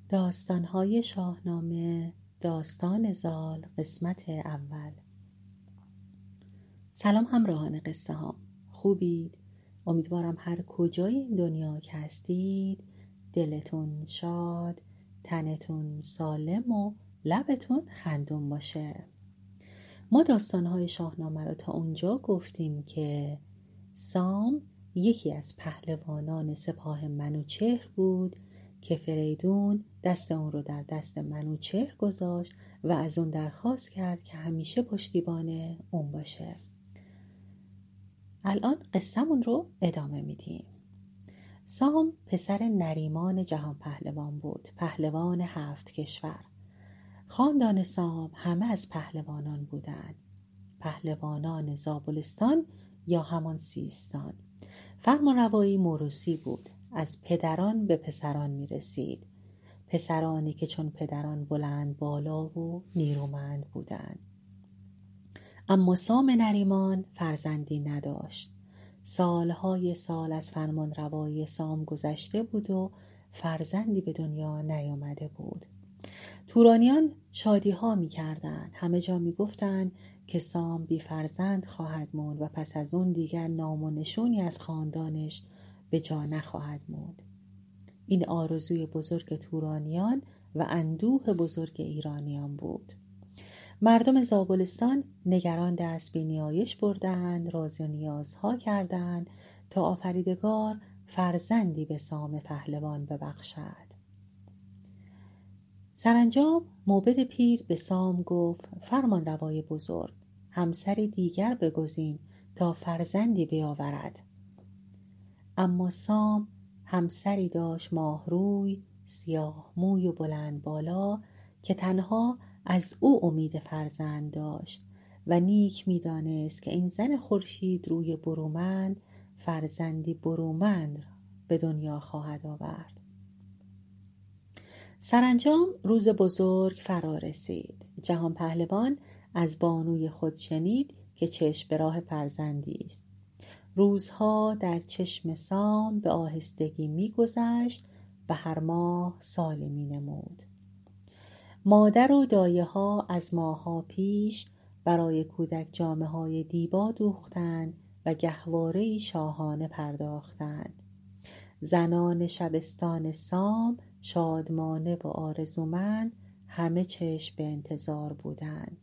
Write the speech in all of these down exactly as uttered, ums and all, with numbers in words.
داستان‌های شاهنامه، داستان زال، قسمت اول. سلام همراهان قصه ها، خوبید؟ امیدوارم هر کجای این دنیا که هستید دلتون شاد، تنتون سالم و لبتون خندون باشه. ما داستان‌های شاهنامه رو تا اونجا گفتیم که سام یکی از پهلوانان سپاه منوچهر بود که فریدون دست اون رو در دست منوچهر گذاشت و از اون درخواست کرد که همیشه پشتیبان اون باشه. الان قصه‌مون رو ادامه میدیم. سام پسر نریمان جهان پهلوان بود، پهلوان هفت کشور. خاندان سام همه از پهلوانان بودند، پهلوانان زابلستان یا همان سیستان. فرمانروایی موروثی بود، از پدران به پسران می رسید، پسرانی که چون پدران بلند بالا و نیرومند بودند. اما سام نریمان فرزندی نداشت. سالهای سال از فرمانروایی سام گذشته بود و فرزندی به دنیا نیامده بود. تورانیان شادی ها می کردن. همه جا می گفتن که سام بی فرزند خواهد موند و پس از اون دیگر نام و نشونی از خاندانش به جا نخواهد موند. این آرزوی بزرگ تورانیان و اندوه بزرگ ایرانیان بود. مردم زابلستان نگران دست به نیایش بردند، راز و نیازها کردند تا آفریدگار فرزندی به سام پهلوان ببخشد. سرانجام موبد پیر به سام گفت: فرمان روای بزرگ، همسری دیگر بگزین تا فرزندی بیاورد. اما سام همسری داشت ماهروی، سیاه موی و بلند بالا که تنها از او امید فرزند داشت و نیک می دانست که این زن خورشید روی برومند فرزندی برومند به دنیا خواهد آورد. سرانجام روز بزرگ فرا رسید. جهان پهلوان از بانوی خود شنید که چشم به راه فرزندی است. روزها در چشم سام به آهستگی می گذشت و هر ماه سالی می نمود. مادر و دایه ها از ماهها پیش برای کودک جامه های دیبا دوختند و گهواره شاهانه پرداختند. زنان شبستان سام شادمانه و آرزومند همه چشم به انتظار بودند.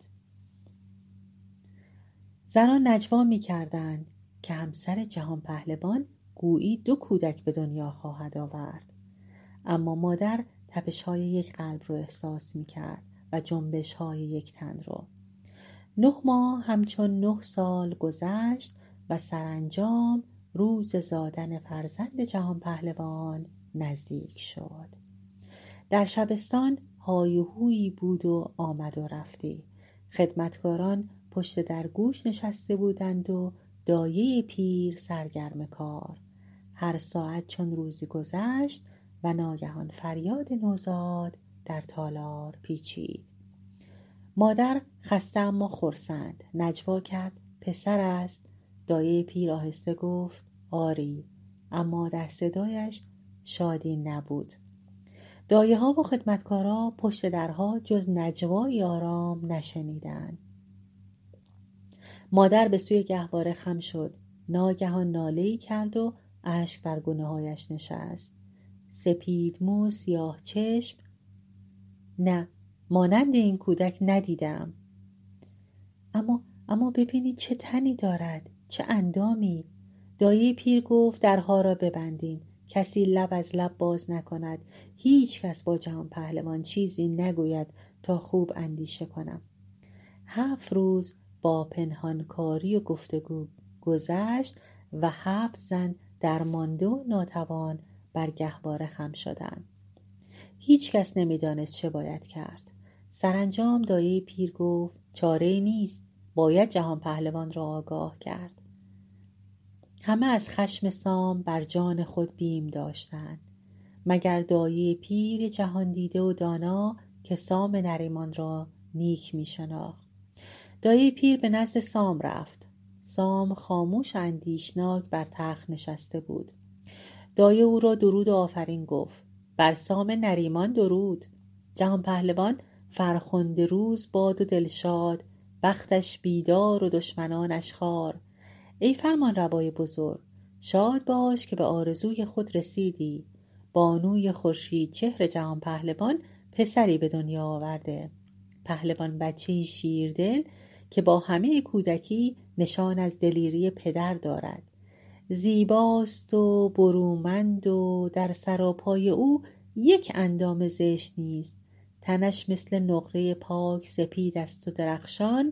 زنان نجوا می کردند که همسر جهان پهلوان گویی دو کودک به دنیا خواهد آورد. اما مادر تپش های یک قلب رو احساس می کرد و جنبش های یک تن رو. نه ماه همچون نه سال گذشت و سرانجام روز زادن فرزند جهان پهلوان نزدیک شد. در شبستان های و هویی بود و آمد و رفتی. خدمتکاران پشت در گوش نشسته بودند و دایه پیر سرگرم کار. هر ساعت چون روزی گذشت و ناگهان فریاد نوزاد در تالار پیچید. مادر خسته اما خرسند نجوا کرد: پسر است. دایه پیر آهسته گفت: آری، اما در صدایش شادی نبود. دایه ها و خدمتکارا پشت درها جز نجوای آرام نشنیدند. مادر به سوی گهواره خم شد. ناگهان ناله‌ای کرد و اشک بر گونه هایش نشست. سپید مو، سیاه چشم. نه، مانند این کودک ندیدم. اما اما ببینید چه تنی دارد، چه اندامی. دایه پیر گفت: درها را ببندین، کسی لب از لب باز نکند، هیچ کس با جهان پهلوان چیزی نگوید تا خوب اندیشه کنم. هفت روز با پنهانکاری و گفتگو گذشت و هفت زن درمانده و ناتوان بر گهواره خم شدند. هیچ کس نمیدانست چه باید کرد. سرانجام دایه پیر گفت: چاره نیست، باید جهان پهلوان را آگاه کرد. همه از خشم سام بر جان خود بیم داشتند، مگر دایه پیر جهان دیده و دانا که سام نریمان را نیک می شناخت. دایه پیر به نزد سام رفت. سام خاموش و اندیشناک بر تخت نشسته بود. دایه او را درود و آفرین گفت. بر سام نریمان درود. جهان پهلوان فرخنده روز باد و دلشاد، بختش بیدار و دشمنانش خوار. ای فرمان روای بزرگ، شاد باش که به آرزوی خود رسیدی. بانوی خورشید چهر جهان پهلوان پسری به دنیا آورده. پهلوان بچه‌ای شیردل که با همه کودکی نشان از دلیری پدر دارد. زیباست و برومند و در سراپای او یک اندام زشت نیست. تنش مثل نقره پاک سپید است و درخشان،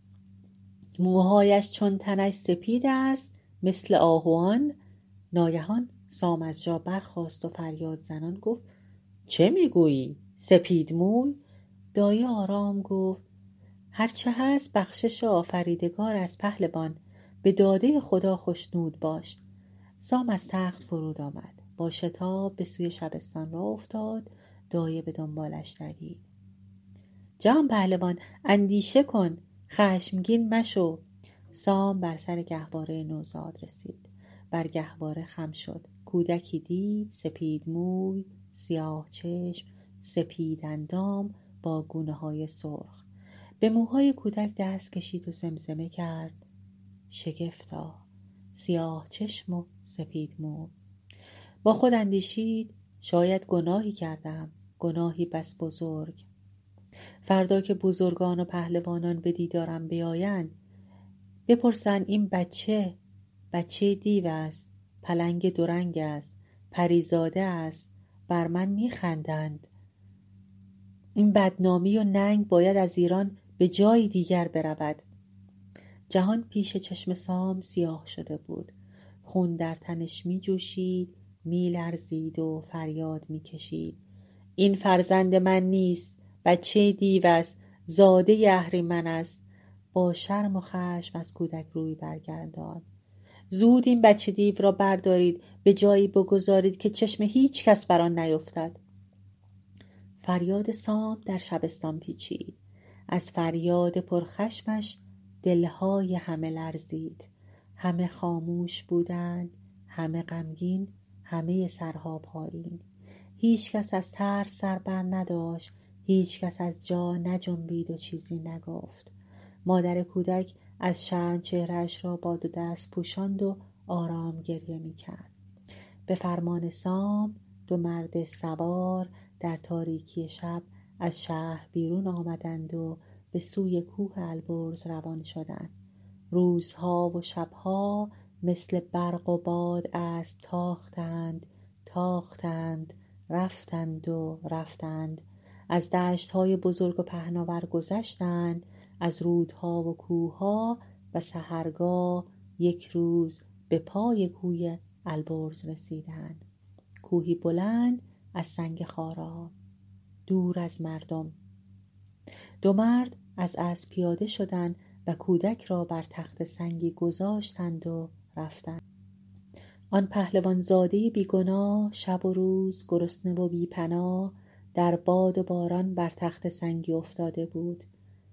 موهایش چون تنش سپید است مثل آهوان. ناگهان سام از جا برخاست و فریاد زنان گفت چه میگویی؟ سپید موی؟ دایه آرام گفت هرچه هست بخشش آفریدگار از پهلوان، به داده خدا خوشنود باش. سام از تخت فرود آمد، با شتاب به سوی شبستان راه افتاد. دایه به دنبالش دوید. جهان پهلوان اندیشه کن، خشمگین مشو. سام بر سر گهواره نوزاد رسید. بر گهواره خم شد. کودکی دید، سپید موی، سیاه چشم، سپید اندام با گونه های سرخ. به موهای کودک دست کشید و زمزمه کرد شگفتا، سیاه چشم و سپید مو. با خود اندیشید شاید گناهی کردم، گناهی بس بزرگ. فردا که بزرگان و پهلوانان به دیدارم بیایند، بپرسند این بچه بچه دیو است، پلنگ دورنگ است، پریزاده است، بر من میخندند. این بدنامی و ننگ باید از ایران به جای دیگر برود. جهان پیش چشم سام سیاه شده بود. خون در تنش می جوشید، می لرزید و فریاد می کشید. این فرزند من نیست، بچه دیو است، زاده اهریمن است. با شرم و خشم از کودک روی برگرداند. زود این بچه دیو را بردارید، به جایی بگذارید که چشم هیچ کس بر آن نیفتد. فریاد سام در شبستان پیچید. از فریاد پرخشمش دلهای همه لرزید. همه خاموش بودند، همه غمگین، همه سرها پایین. هیچ کس از ترس سر بر نداشت، هیچ کس از جا نجنبید و چیزی نگفت. مادر کودک از شرم چهرهش را با دو دست پوشاند و آرام گریه می کرد. به فرمان سام دو مرد سوار در تاریکی شب از شهر بیرون آمدند و به سوی کوه البرز روان شدند. روزها و شبها مثل برق و باد اسب تاختند تاختند رفتند و رفتند. از دشت‌های بزرگ و پهناور گذشتند، از رودها و کوهها، و سحرگاه یک روز به پای کوه البرز رسیدند. کوهی بلند از سنگ خارا، دور از مردم. دو مرد از اسب پیاده شدند و کودک را بر تخت سنگی گذاشتند و رفتند. آن پهلوان زاده بیگناه شب و روز گرسنه و بی‌پناه در باد و باران بر تخت سنگی افتاده بود.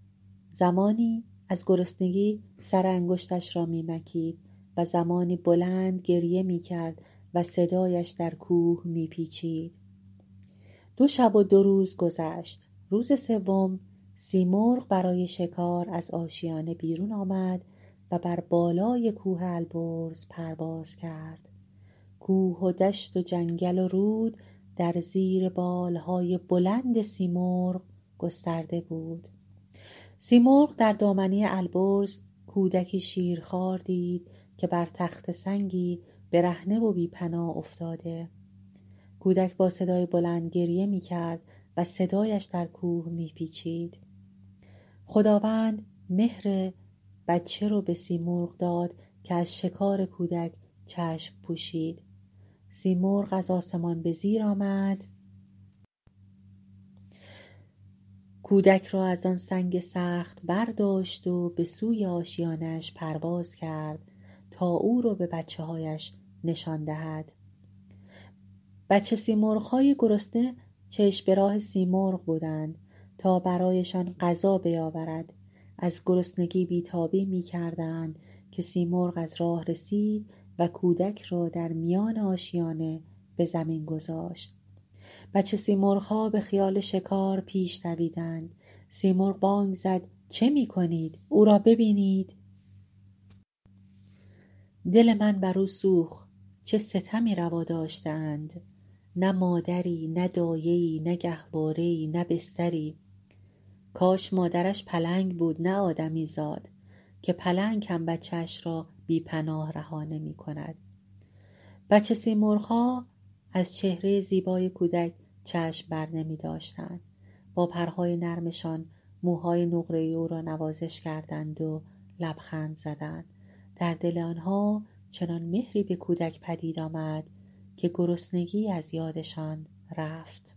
زمانی از گرسنگی سر انگشتش را می مکید و زمانی بلند گریه می کرد و صدایش در کوه می پیچید. دو شب و دو روز گذشت. روز سوم سیمرغ برای شکار از آشیانه بیرون آمد و بر بالای کوه البرز پرواز کرد. کوه و دشت و جنگل و رود در زیر بالهای بلند سیمرغ گسترده بود. سیمرغ در دامنه البرز کودکی شیرخوار دید که بر تخت سنگی برهنه و بی‌پناه افتاده. کودک با صدای بلند گریه می کرد و صدایش در کوه می پیچید. خداوند مهر بچه رو به سیمرغ داد که از شکار کودک چشم پوشید. سیمرغ از آسمان به زیر آمد، کودک را از آن سنگ سخت برداشت و به سوی آشیانش پرواز کرد تا او را به بچه هایش نشان دهد. بچه سیمرغ‌های گرسنه چشم به راه سیمرغ بودند تا برایشان غذا بیاورد. از گرسنگی بیتابی می کردند که سیمرغ از راه رسید و کودک را در میان آشیانه به زمین گذاشت. بچه سیمرغ‌ها به خیال شکار پیش دویدند. سیمرغ بانگ زد چه می کنید؟ او را ببینید. دل من بر او سوخت، چه ستمی روا داشتند. نه مادری، نه دایه‌ای، نه گهواره‌ای، نه بستری. کاش مادرش پلنگ بود نه آدمی زاد، که پلنگ هم بچه‌اش را بی پناه رها نمی کند. بچه سیمرغ‌ها از چهره زیبای کودک چشم بر نمی داشتند. با پرهای نرمشان موهای نقره‌ای او را نوازش کردند و لبخند زدند. در دل آنها چنان مهری به کودک پدید آمد که گرسنگی از یادشان رفت.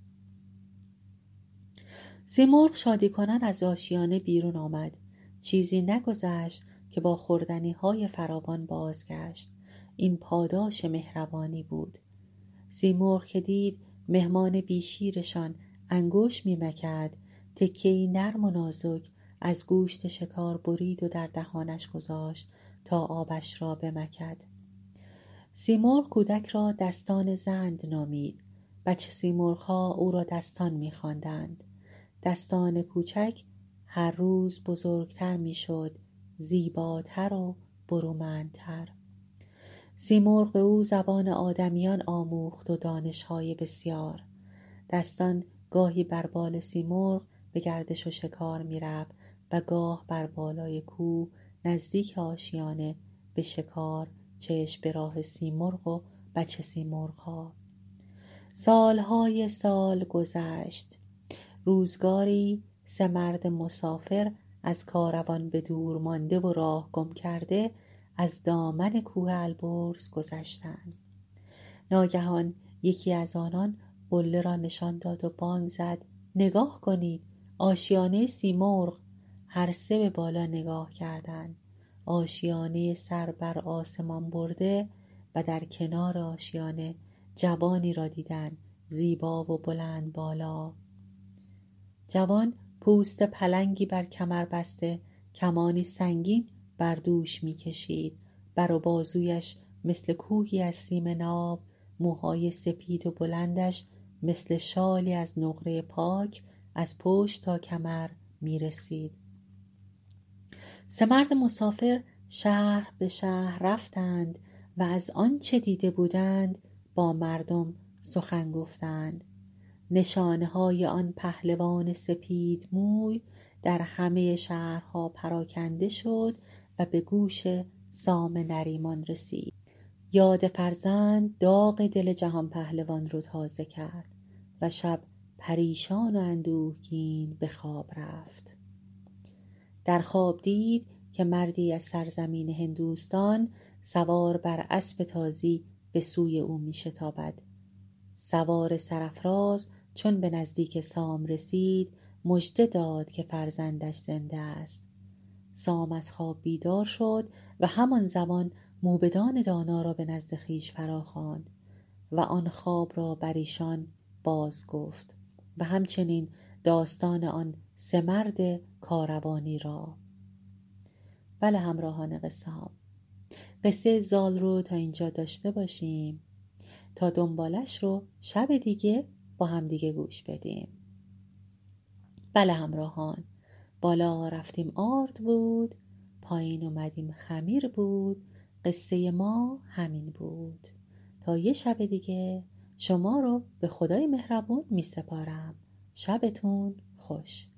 سیمرغ شادی کنان از آشیانه بیرون آمد. چیزی نگذشت که با خوردنی های فراوان بازگشت. این پاداش مهربانی بود. سیمرغ که دید مهمان بیشیرشان انگشت می مکد، تکه‌ای نرم و نازک از گوشت شکار برید و در دهانش گذاشت تا آبش را بمکد. سیمرغ کودک را دستان زند نامید. بچه سیمرغ‌ها او را دستان می خواندند. دستان کوچک هر روز بزرگتر می شد، زیباتر و برومندتر. سیمرغ به او زبان آدمیان آموخت و دانش‌های بسیار. دستان گاهی بر بال سیمرغ به گردش و شکار می رفت و گاه بر بالای کوه نزدیک آشیانه به شکار چشم به راه سیمرغ و بچه سیمرغ‌ها. سالهای سال گذشت. روزگاری سه مرد مسافر از کاروان به دور مانده و راه گم کرده از دامن کوه البرز گذشتند. ناگهان یکی از آنان قله را نشان داد و بانگ زد نگاه کنید، آشیانه سیمرغ. هر سه به بالا نگاه کردند. آشیانه سر بر آسمان برده و در کنار آشیانه جوانی را دیدند، زیبا و بلند بالا. جوان پوست پلنگی بر کمر بسته، کمانی سنگین بر دوش می کشید. بر و بازویش مثل کوهی از سیم ناب، موهای سپید و بلندش مثل شالی از نقره پاک از پشت تا کمر می رسید. سه مرد مسافر شهر به شهر رفتند و از آنچه دیده بودند با مردم سخن گفتند. نشانه های آن پهلوان سپید موی در همه شهرها پراکنده شد و به گوش سام نریمان رسید. یاد فرزند داغ دل جهان پهلوان رو تازه کرد و شب پریشان و اندوهگین به خواب رفت. در خواب دید که مردی از سرزمین هندوستان سوار بر اسب تازی به سوی او می شتابد. سوار سرافراز چون به نزدیک سام رسید مژده داد که فرزندش زنده است. سام از خواب بیدار شد و همان زمان موبدان دانا را به نزد خویش فراخواند و آن خواب را بر ایشان باز گفت و همچنین داستان آن سه مرد کاروانی را. بله همراهان قصه ها، قصه زال رو تا اینجا داشته باشیم تا دنبالش رو شب دیگه با هم دیگه گوش بدیم. بله همراهان، بالا رفتیم آرد بود، پایین اومدیم خمیر بود. قصه ما همین بود. تا یه شب دیگه شما رو به خدای مهربون می سپارم. شبتون خوش.